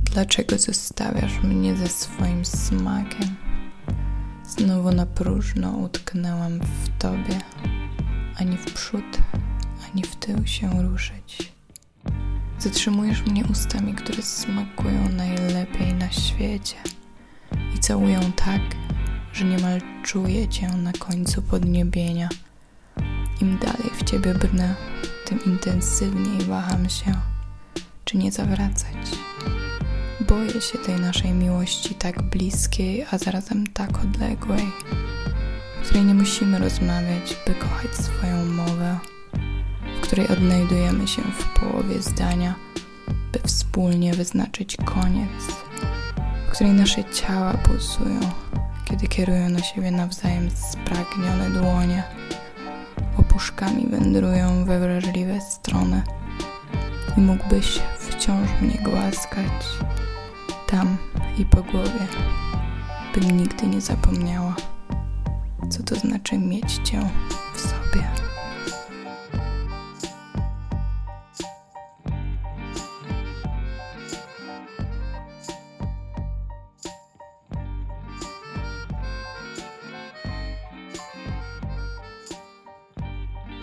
Dlaczego zostawiasz mnie ze swoim smakiem? Znowu na próżno utknęłam w tobie. Ani w przód, ani w tył się ruszyć. Zatrzymujesz mnie ustami, które smakują najlepiej na świecie i całują tak, że niemal czuję cię na końcu podniebienia. Im dalej w ciebie brnę, tym intensywniej waham się, czy nie zawracać. Boję się tej naszej miłości tak bliskiej, a zarazem tak odległej, w której nie musimy rozmawiać, by kochać swoją mowę, w której odnajdujemy się w połowie zdania, by wspólnie wyznaczyć koniec, w której nasze ciała pulsują, kiedy kierują na siebie nawzajem spragnione dłonie, opuszkami wędrują we wrażliwe strony i mógłbyś wciąż mnie głaskać tam i po głowie, bym nigdy nie zapomniała, co to znaczy mieć cię w sobie.